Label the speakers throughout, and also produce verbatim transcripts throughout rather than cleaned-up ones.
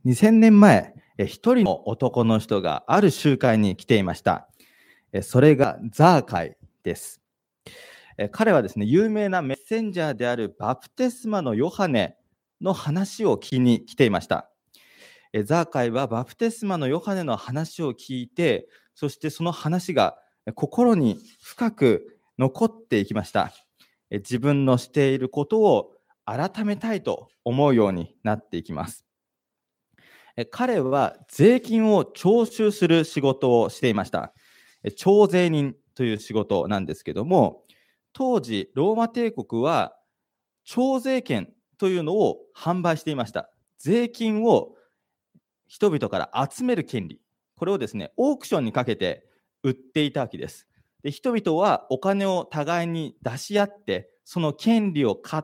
Speaker 1: にせんねんまえ、一人の男の人がある集会に来ていました。それがザーカイです。彼はですね、有名なメッセンジャーであるバプテスマのヨハネの話を聞きに来ていました。ザーカイはバプテスマのヨハネの話を聞いて、そしてその話が心に深く残っていきました。自分のしていることを改めたいと思うようになっていきます。彼は税金を徴収する仕事をしていました。徴税人という仕事なんですけども、当時ローマ帝国は徴税権というのを販売していました。税金を人々から集める権利、これをですね、オークションにかけて売っていたわけです。で、人々はお金を互いに出し合って、その権利を買って、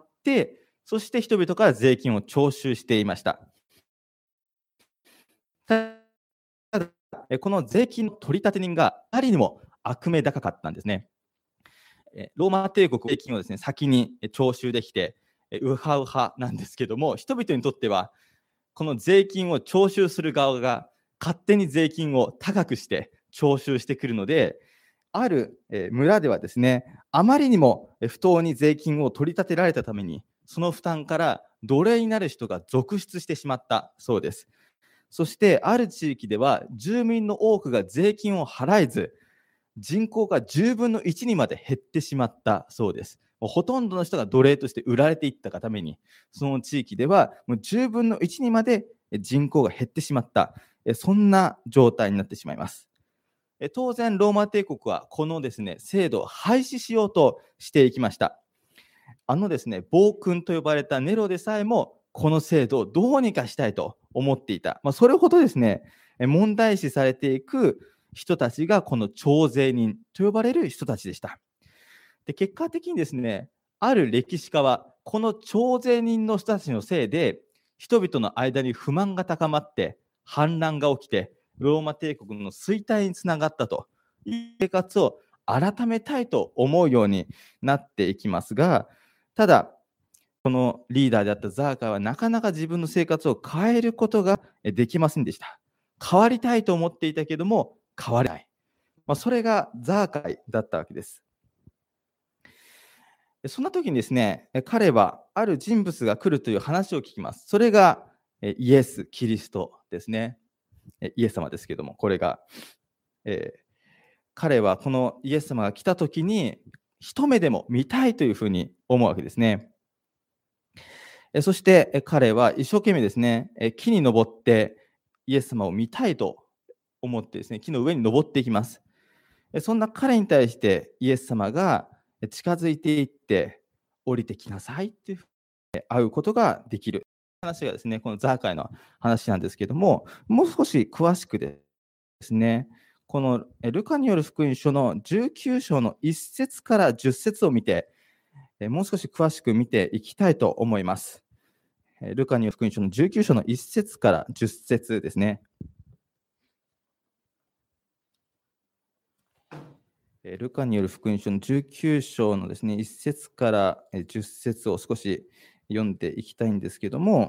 Speaker 1: そして人々から税金を徴収していました。ただ、この税金の取り立て人があまりにも悪名高かったんですね。ローマ帝国税金をですね、先に徴収できて、ウハウハなんですけども、人々にとっては、この税金を徴収する側が勝手に税金を高くして徴収してくるので、ある村ではですね、あまりにも不当に税金を取り立てられたために、その負担から奴隷になる人が続出してしまったそうです。そしてある地域では住民の多くが税金を払えず、人口がじゅうぶんのいちにまで減ってしまったそうです。もうほとんどの人が奴隷として売られていったがために、その地域ではもうじゅうぶんのいちにまで人口が減ってしまった、そんな状態になってしまいます。当然ローマ帝国はこのですね、制度を廃止しようとしていきました。あのですね、暴君と呼ばれたネロでさえもこの制度をどうにかしたいと思っていた。まあ、それほどですね、問題視されていく人たちがこの徴税人と呼ばれる人たちでした。で、結果的にですね、ある歴史家はこの徴税人の人たちのせいで人々の間に不満が高まって反乱が起きてローマ帝国の衰退につながったという生活を改めたいと思うようになっていきますが、ただこのリーダーであったザーカイはなかなか自分の生活を変えることができませんでした。変わりたいと思っていたけども変われない。まあ、それがザーカイだったわけです。そんな時にですね、彼はある人物が来るという話を聞きます。それがイエス・キリストですね。イエス様ですけども、これが、えー、彼はこのイエス様が来た時に一目でも見たいというふうに思うわけですね。そして彼は一生懸命ですね、木に登ってイエス様を見たいと思ってですね、木の上に登っていきます。そんな彼に対してイエス様が近づいていって降りてきなさいっていうふうに会うことができる話がですね、このザーカイの話なんですけども、もう少し詳しくですね、このルカによる福音書のじゅうきゅう章のいっ節からじゅっ節を見て、もう少し詳しく見ていきたいと思います。ルカによる福音書のじゅうきゅう章のいっ節からじゅっ節ですね。ルカによる福音書のじゅうきゅう章のですね、いっ節からじゅっ節を少し読んでいきたいんですけども、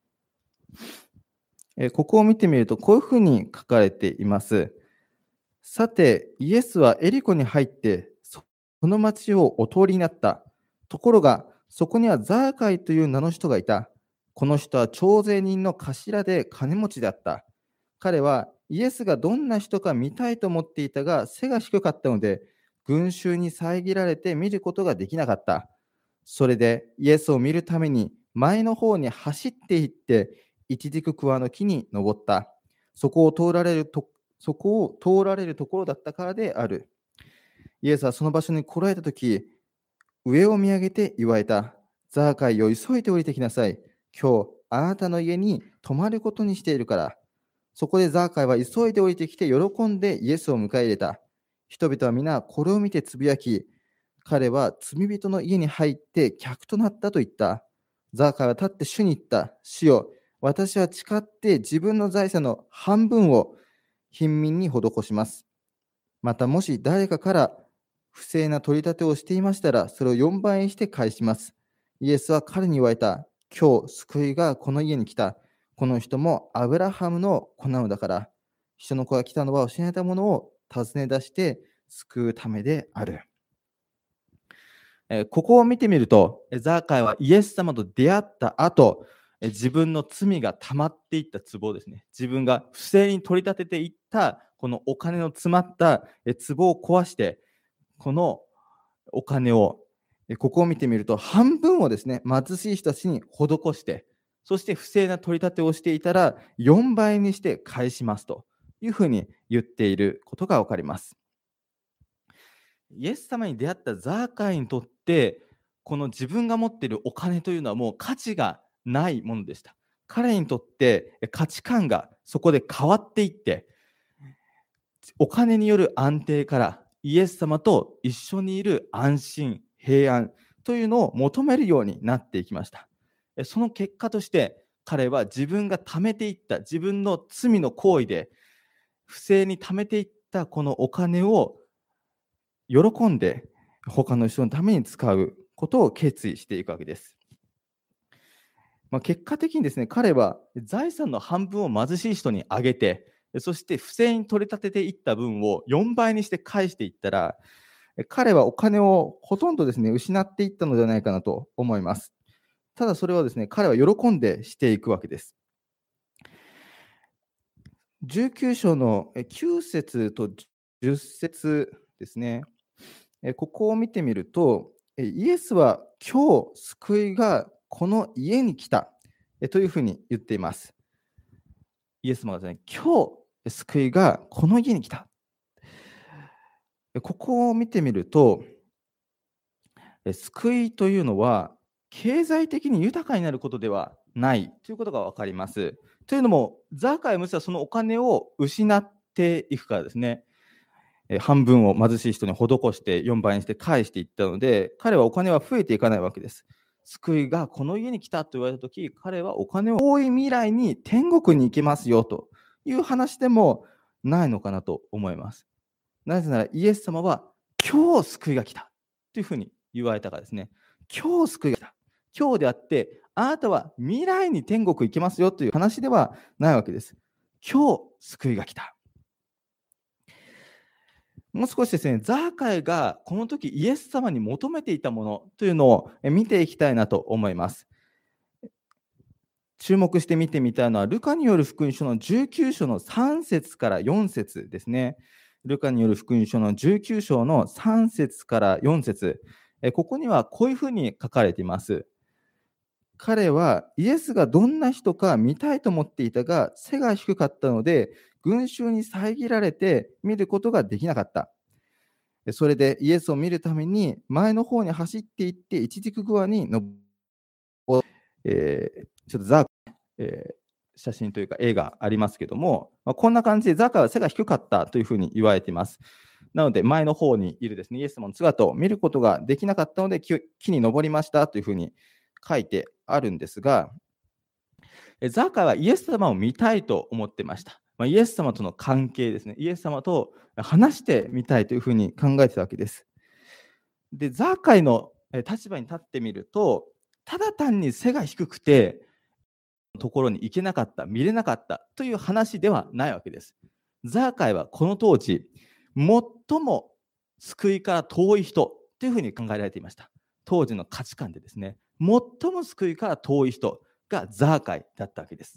Speaker 1: ここを見てみると、こういうふうに書かれています。さて、イエスはエリコに入って、その町をお通りになった。ところが、そこにはザーカイという名の人がいた。この人は徴税人の頭で金持ちだった。彼はイエスがどんな人か見たいと思っていたが、背が低かったので、群衆に遮られて見ることができなかった。それでイエスを見るために前の方に走っていって、一軸桑の木に登った。そこを通られると、そこを通られるところだったからである。イエスはその場所に来られたとき、上を見上げて言われた。ザーカイを急いで降りてきなさい。今日、あなたの家に泊まることにしているから。そこでザーカイは急いで降りてきて喜んでイエスを迎え入れた。人々は皆これを見てつぶやき、彼は罪人の家に入って客となったと言った。ザーカイは立って主に言った。主よ、私は誓って自分の財産の半分を貧民に施します。またもし誰かから不正な取り立てをしていましたら、それをよんばいにして返します。イエスは彼に言われた。今日、救いがこの家に来た。
Speaker 2: この人もアブラハムの子なのだから、人の子が来たのは失われたものを尋ね出して救うためである。えーここを見てみると、えーザーカイはイエス様と出会った後、えー自分の罪が溜まっていった壺ですね。自分が不正に取り立てていったこのお金の詰まったえー壺を壊して、このお金を、えーここを見てみると、半分をですね、貧しい人たちに施して、そして不正な取り立てをしていたら、よんばいにして返しますというふうに言っていることがわかります。イエス様に出会ったザーカイにとって、この自分が持っているお金というのはもう価値がないものでした。彼にとってえ価値観がそこで変わっていって、お金による安定からイエス様と一緒にいる安心、平安というのを求めるようになっていきました。えその結果として彼は自分が貯めていった自分の罪の行為で不正に貯めていったこのお金を喜んで他の人のために使うことを決意していくわけです。まあ、結果的にですね、彼は財産の半分を貧しい人にあげて、そして不正に取り立てていった分をよんばいにして返していったら、彼はお金をほとんどですね、失っていったのではないかなと思います。ただそれはですね、彼は喜んでしていくわけです。じゅうきゅう章のきゅう節とじゅっ節ですね。えここを見てみると、えイエスは今日救いがこの家に来たえというふうに言っています。イエス様がですね、今日救いがこの家に来た。えここを見てみると、え救いというのは経済的に豊かになることではないということが分かります。というのも、ザーカイはむしろそのお金を失っていくからですね。え半分を貧しい人に施してよんばいにして返していったので、彼はお金は増えていかないわけです。救いがこの家に来たと言われたとき、彼はお金を遠い未来に天国に行けますよという話でもないのかなと思います。なぜならイエス様は今日救いが来たというふうに言われたからですね。今日救いが来た。今日であって、あなたは未来に天国行けますよという話ではないわけです。今日救いが来た。もう少しですね、ザーカイがこの時イエス様に求めていたものというのを見ていきたいなと思います。注目して見てみたいのは、ルカによる福音書のじゅうきゅう章のさん節からよん節ですね。ルカによる福音書のじゅうきゅう章のさん節からよん節。ここにはこういうふうに書かれています。彼はイエスがどんな人か見たいと思っていたが、背が低かったので、群衆に遮られて見ることができなかった。それでイエスを見るために前の方に走っていって、一軸グアに登って、えーちょっとザーカイ、えー写真というか絵がありますけども、まあ、こんな感じでザーカイは背が低かったというふうに言われています。なので前の方にいるですね、イエス様の姿を見ることができなかったので、木木に登りましたというふうに書いてあるんですが、えザーカイはイエス様を見たいと思ってました。まあ、イエス様との関係ですね、イエス様と話してみたいというふうに考えてたわけです。で、ザーカイのえ立場に立ってみると、ただ単に背が低くて、ところに行けなかった、見れなかったという話ではないわけです。ザーカイはこの当時、最も救いから遠い人というふうに考えられていました。当時の価値観でですね、最も救いから遠い人がザーカイだったわけです。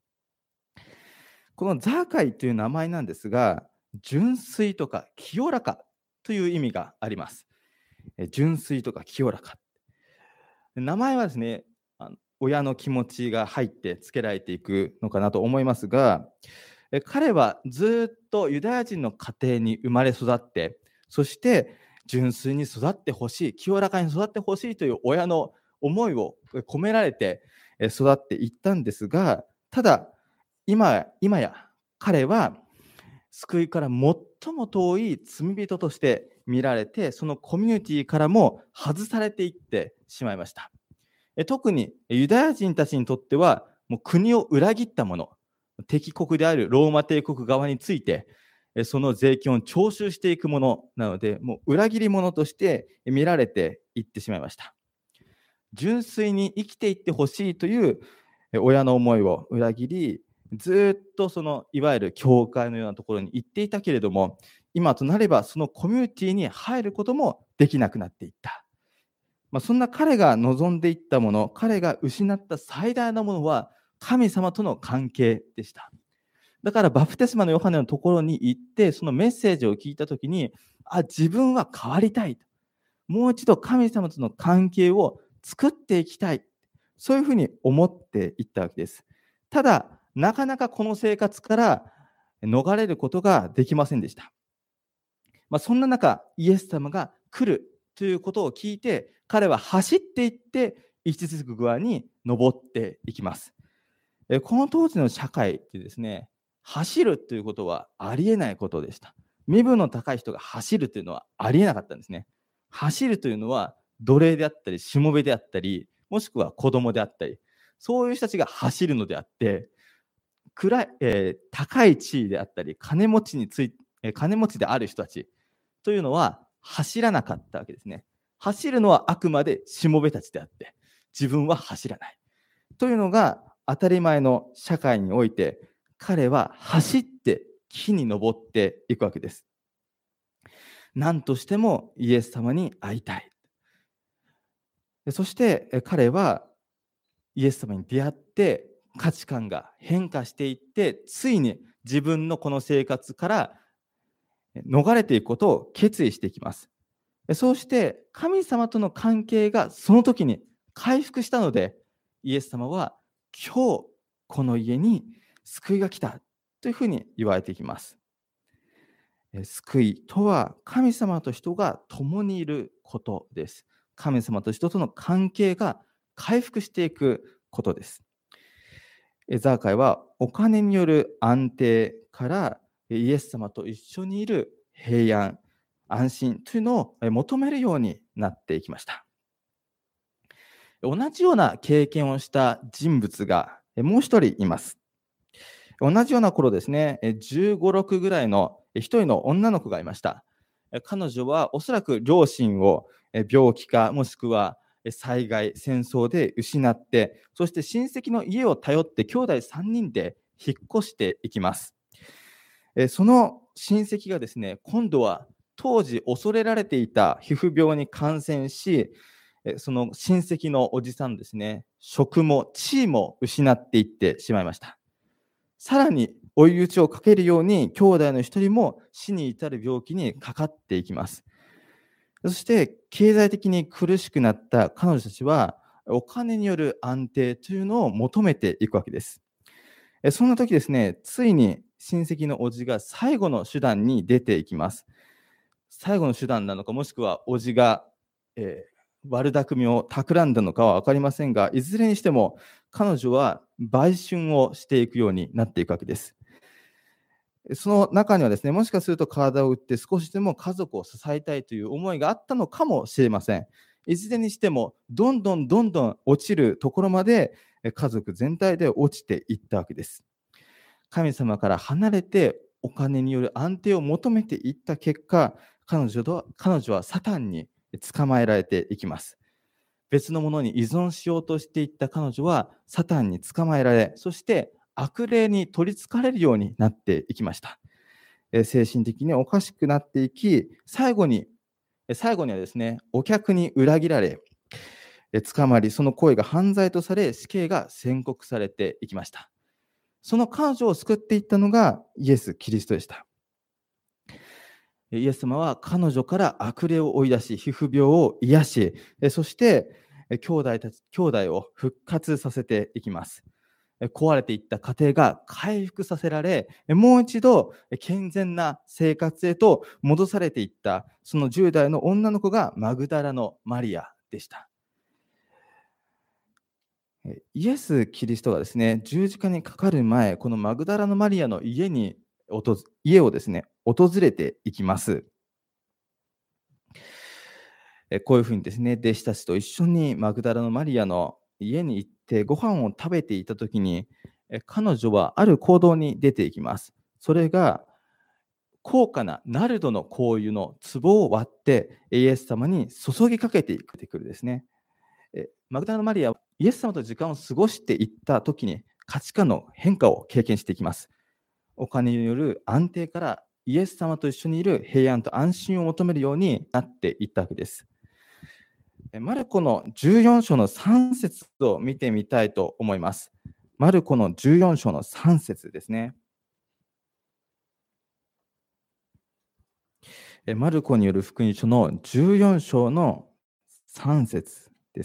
Speaker 2: このザーカイという名前なんですが、純粋とか清らかという意味があります。え純粋とか清らか。名前はですね、あの親の気持ちが入って付けられていくのかなと思いますが、え彼はずっとユダヤ人の家庭に生まれ育って、そして純粋に育ってほしい、清らかに育ってほしいという親の思いを込められてえ育っていったんですが、ただ今今や彼は救いから最も遠い罪人として見られて、そのコミュニティからも外されていってしまいました。え特にユダヤ人たちにとっては、もう国を裏切った者、敵国であるローマ帝国側について、えその税金を徴収していくものなので、もう裏切り者として見られていってしまいました。純粋に生きていってほしいという親の思いを裏切り、ずっとそのいわゆる教会のようなところに行っていたけれども、今となればそのコミュニティに入ることもできなくなっていった。まあ、そんな彼が望んでいったもの、彼が失った最大のものは神様との関係でした。だからバプテスマのヨハネのところに行って、そのメッセージを聞いたときに、あ、自分は変わりたい。もう一度神様との関係を作っていきたい。そういうふうに思っていったわけです。ただ、なかなかこの生活から逃れることができませんでした。まあ、そんな中、イエス様が来るということを聞いて、彼は走っていって、石つく具合に登っていきます。この当時の社会ってですね、走るということはありえないことでした。身分の高い人が走るというのはありえなかったんですね。走るというのは奴隷であったり、しもべであったり、もしくは子供であったり、そういう人たちが走るのであって、暗い、えー、高い地位であったり、金持ちについ、えー、金持ちである人たちというのは走らなかったわけですね。走るのはあくまでしもべたちであって、自分は走らない。というのが当たり前の社会において、彼は走って木に登っていくわけです。何としてもイエス様に会いたい。そして彼はイエス様に出会って価値観が変化していって、ついに自分のこの生活から逃れていくことを決意していきます。そうして神様との関係がその時に回復したので、イエス様は今日この家に救いが来たというふうに言われていきます。救いとは神様と人が共にいることです。神様と人との関係が回復していくことです。ザーカイはお金による安定からイエス様と一緒にいる平安、安心というのを求めるようになっていきました。同じような経験をした人物がもう一人います。同じような頃ですね、じゅうご、ろくぐらいの一人の女の子がいました。彼女はおそらく両親を病気かもしくは災害、戦争で失って、そして親戚の家を頼って兄弟さんにんで引っ越していきます。その親戚がですね、今度は当時恐れられていた皮膚病に感染し、その親戚のおじさんですね、職も地位も失っていってしまいました。さらに追い打ちをかけるように兄弟の一人も死に至る病気にかかっていきます。そして経済的に苦しくなった彼女たちはお金による安定というのを求めていくわけです。そんな時ですね、ついに親戚のおじが最後の手段に出ていきます。最後の手段なのか、もしくはおじが、えー、悪巧みを企んだのかは分かりませんが、いずれにしても彼女は売春をしていくようになっていくわけです。その中にはですね、もしかすると体を打って少しでも家族を支えたいという思いがあったのかもしれません。いずれにしてもどんどんどんどん落ちるところまで家族全体で落ちていったわけです。神様から離れてお金による安定を求めていった結果、彼女と彼女はサタンに捕まえられていきます。別のものに依存しようとしていった彼女はサタンに捕まえられ、そして悪霊に取りつかれるようになっていきました。精神的におかしくなっていき、最後に最後にはですね、お客に裏切られ、捕まり、その行為が犯罪とされ、死刑が宣告されていきました。その彼女を救っていったのがイエス・キリストでした。イエス様は彼女から悪霊を追い出し、皮膚病を癒し、そして兄弟たち、兄弟を復活させていきます。壊れていった家庭が回復させられ、もう一度健全な生活へと戻されていった、そのじゅう代の女の子がマグダラのマリアでした。イエス・キリストがですね、十字架にかかる前、このマグダラのマリアの家に家をですね、訪れていきます。こういうふうにですね、弟子たちと一緒にマグダラのマリアの家に行ってご飯を食べていたときに、彼女はある行動に出ていきます。それが高価なナルドの香油の壺を割ってイエス様に注ぎかけていくですね。
Speaker 1: えマグダラのマリアはイエス様と時間を過ごしていったときに価値観の変化を経験していきます。お金による安定からイエス様と一緒にいる平安と安心を求めるようになっていったわけです。マルコのじゅうよん章のさん節を見てみたいと思います。マルコのじゅうよん章のさん節ですね。マルコによる福音書のじゅうよん章のさん節です。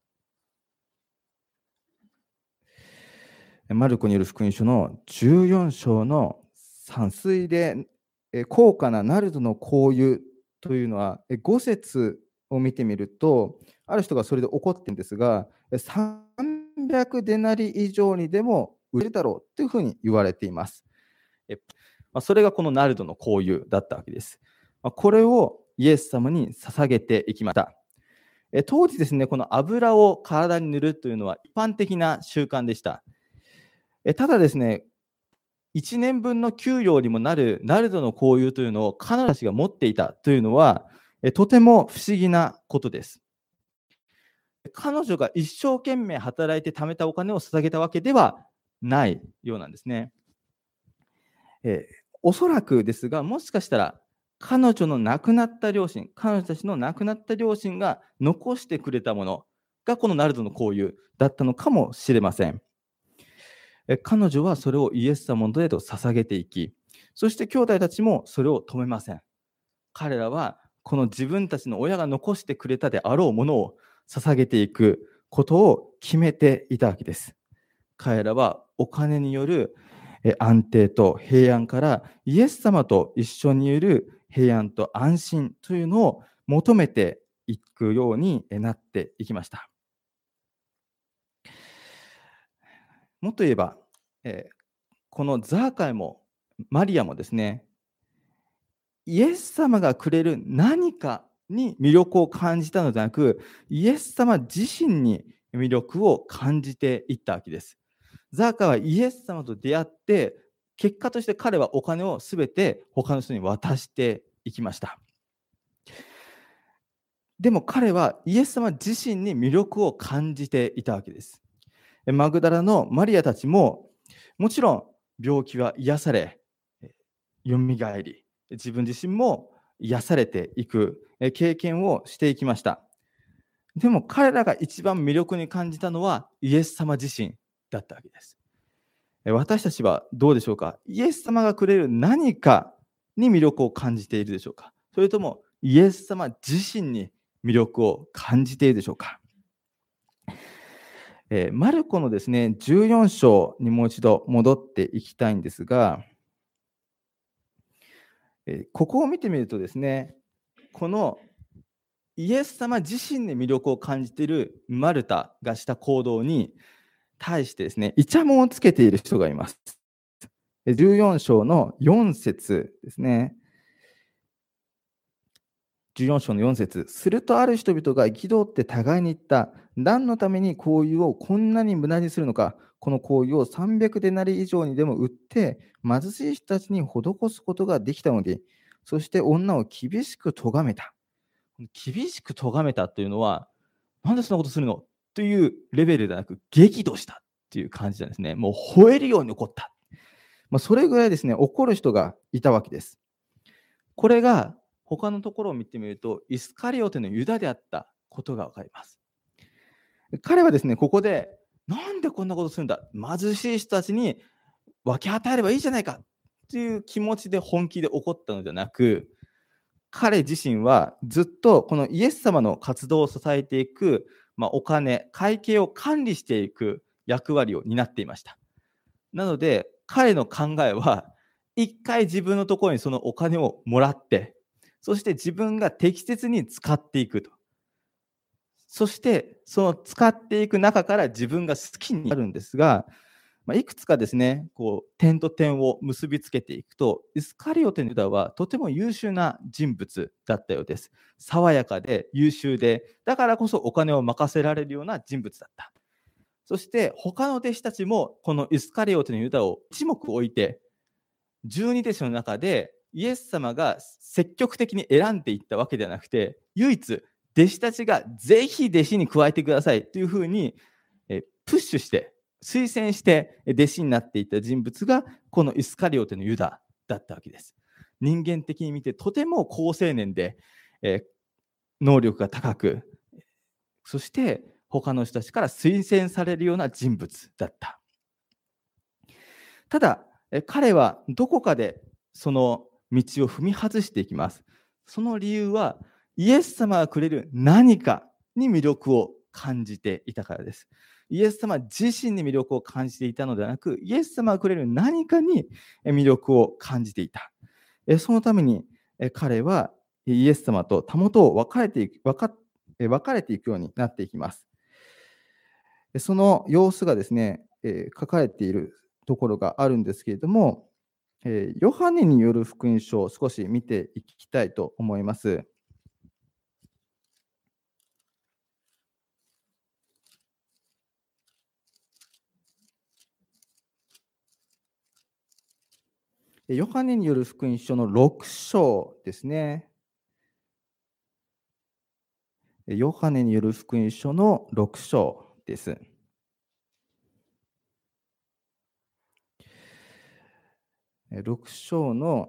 Speaker 1: マルコによる福音書のじゅうよん章のさん水で高価なナルドの香油というのはご節を見てみると、ある人がそれで怒ってるんですが、さんびゃくデナリ以上にでも売れるだろうというふうに言われています。それがこのナルドの香油だったわけです。これをイエス様に捧げていきました。当時ですね、この油を体に塗るというのは一般的な習慣でした。ただですね、いちねんぶんの給料にもなるナルドの香油というのを彼女たちが持っていたというのは、とても不思議なことです。彼女が一生懸命働いて貯めたお金を捧げたわけではないようなんですね。えおそらくですが、もしかしたら彼女の亡くなった両親、彼女たちの亡くなった両親が残してくれたものがこのナルドの香油だったのかもしれません。彼女はそれをイエス様のもとへと捧げていき、そして兄弟たちもそれを止めません。彼らはこの自分たちの親が残してくれたであろうものを捧げていくことを決めていたわけです。彼らはお金による安定と平安からイエス様と一緒にいる平安と安心というのを求めていくようになっていきました。もっと言えば、えー、このザーカイもマリアもですね、イエス様がくれる何かに魅力を感じたのではなく、イエス様自身に魅力を感じていったわけです。ザーカイはイエス様と出会って、結果として彼はお金をすべて他の人に渡していきました。でも彼はイエス様自身に魅力を感じていたわけです。マグダラのマリアたちも、もちろん病気は癒され、よみがえり、自分自身も癒されていく経験をしていきました。でも彼らが一番魅力に感じたのはイエス様自身だったわけです。私たちはどうでしょうか。イエス様がくれる何かに魅力を感じているでしょうか。それともイエス様自身に魅力を感じているでしょうか。えー、マルコのですね、じゅうよん章にもう一度戻っていきたいんですが、えー、ここを見てみるとですね、このイエス様自身に魅力を感じているマルタがした行動に対してですね、イチャモンをつけている人がいます。じゅうよん章のよん節ですね。じゅうよん章のよん節。するとある人々が憤って互いに言った。何のために香油をこんなに無駄にするのか。この香油をさんびゃくデナリ以上にでも売って貧しい人たちに施すことができたので、そして女を厳しく咎めた。厳しく咎めたというのは、なんでそんなことするのというレベルではなく、激怒したという感じなんですね。もう吠えるように怒った。まあ、それぐらいですね、怒る人がいたわけです。これが他のところを見てみると、イスカリオテのユダであったことがわかります。彼はですね、ここで、なんでこんなことするんだ、貧しい人たちに分け与えればいいじゃないかという気持ちで本気で怒ったのではなく、彼自身はずっとこのイエス様の活動を支えていく、まあ、お金、会計を管理していく役割を担っていました。なので、彼の考えは、一回自分のところにそのお金をもらって、そして自分が適切に使っていくと。そして、その使っていく中から自分が好きになるんですが、まあ、いくつかですね、こう点と点を結びつけていくと、イスカリオテのユダはとても優秀な人物だったようです。爽やかで優秀で、だからこそお金を任せられるような人物だった。そして他の弟子たちもこのイスカリオテのユダを一目置いて、じゅうに弟子の中でイエス様が積極的に選んでいったわけではなくて、唯一弟子たちがぜひ弟子に加えてくださいというふうにえプッシュして推薦して弟子になっていた人物がこのイスカリオテのユダだったわけです。人間的に見てとても好青年で、え能力が高く、そして他の人たちから推薦されるような人物だった。ただ彼はどこかでその道を踏み外していきます。その理由はイエス様がくれる何かに魅力を感じていたからです。イエス様自身に魅力を感じていたのではなく、イエス様がくれる何かに魅力を感じていた。そのために彼はイエス様とたもとを分かれていく、分か、分かれていくようになっていきます。その様子がですね、書かれているところがあるんですけれども、ヨハネによる福音書を少し見ていきたいと思います。ヨハネによる福音書のろく章ですね。ヨハネによる福音書のろく章です。ろく章の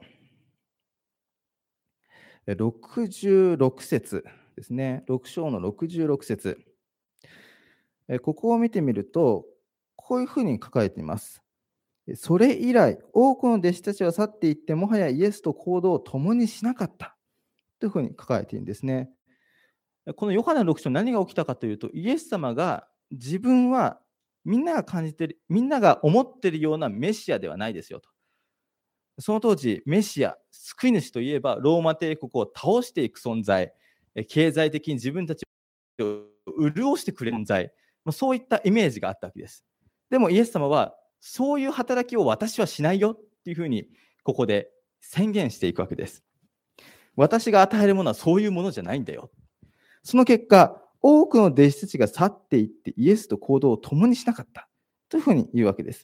Speaker 1: ろくじゅうろく節ですね。ろく章のろくじゅうろく節。ここを見てみると、こういうふうに書かれています。それ以来、多くの弟子たちは去っていって、もはやイエスと行動を共にしなかったというふうに書かれているんですね。このヨハネのろく章、何が起きたかというと、イエス様が自分はみんなが感じている、みんなが思っているようなメシアではないですよと。その当時、メシア、救い主といえば、ローマ帝国を倒していく存在、経済的に自分たちを潤してくれる存在、そういったイメージがあったわけです。でもイエス様は、そういう働きを私はしないよっていうふうに、ここで宣言していくわけです。私が与えるものはそういうものじゃないんだよ。その結果、多くの弟子たちが去っていってイエスと行動を共にしなかったというふうに言うわけです。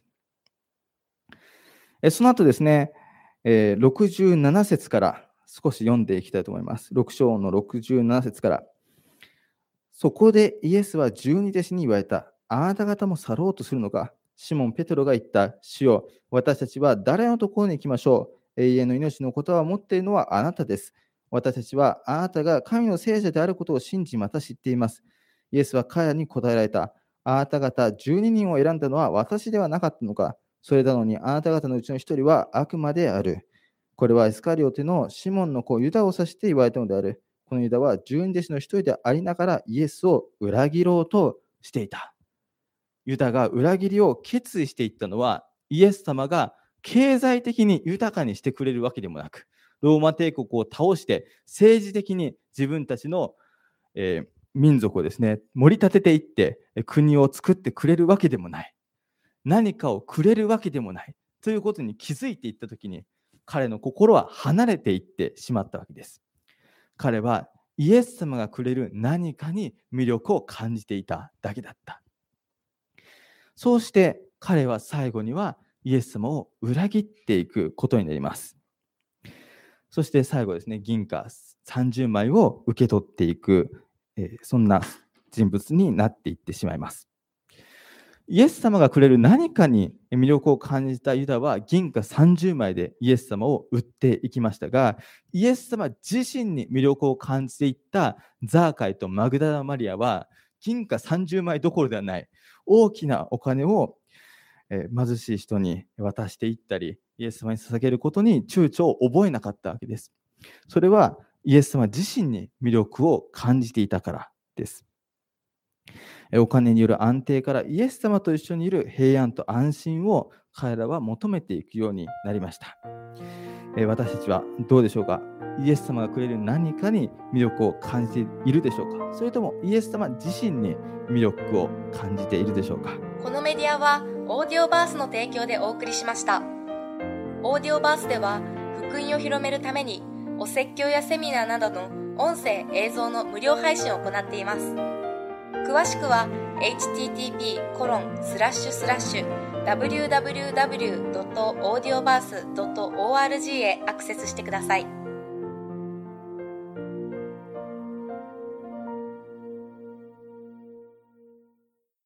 Speaker 1: その後ですね、ろくじゅうなな節から少し読んでいきたいと思います。ろく章のろくじゅうなな節から。そこでイエスは十二弟子に言われた。あなた方も去ろうとするのか。シモン・ペトロが言った。主よ、私たちは誰のところに行きましょう。永遠の命の言葉を持っているのはあなたです。私たちはあなたが神の聖者であることを信じ、また知っています。イエスは彼らに答えられた。あなた方十二人を選んだのは私ではなかったのか。それなのにあなた方のうちの一人は悪魔である。これはイスカリオテのシモンの子ユダを指して言われたのである。このユダは十二弟子の一人でありながらイエスを裏切ろうとしていた。ユダが裏切りを決意していったのは、イエス様が経済的に豊かにしてくれるわけでもなく、ローマ帝国を倒して政治的に自分たちの、えー、民族をですね、盛り立てていって国を作ってくれるわけでもない。何かをくれるわけでもないということに気づいていったときに、彼の心は離れていってしまったわけです。彼はイエス様がくれる何かに魅力を感じていただけだった。そうして彼は最後にはイエス様を裏切っていくことになります。そして最後ですね、銀貨さんじゅうまいを受け取っていく、えー、そんな人物になっていってしまいます。イエス様がくれる何かに魅力を感じたユダは銀貨さんじゅうまいでイエス様を売っていきましたが、イエス様自身に魅力を感じていったザーカイとマグダラマリアは銀貨さんじゅうまいどころではない大きなお金を貧しい人に渡していったり、イエス様に捧げることに躊躇を覚えなかったわけです。それはイエス様自身に魅力を感じていたからです。お金による安定からイエス様と一緒にいる平安と安心を彼らは求めていくようになりました。私たちはどうでしょうか。イエス様がくれる何かに魅力を感じているでしょうか。それともイエス様自身に魅力を感じているでしょうか。
Speaker 3: このメディアはオーディオバースの提供でお送りしました。オーディオバースでは福音を広めるためにお説教やセミナーなどの音声映像の無料配信を行っています。詳しくは エイチティーティーピーコロンスラッシュスラッシュダブリューダブリューダブリュードットオーディオバースドットオーアールジー へアクセスしてください。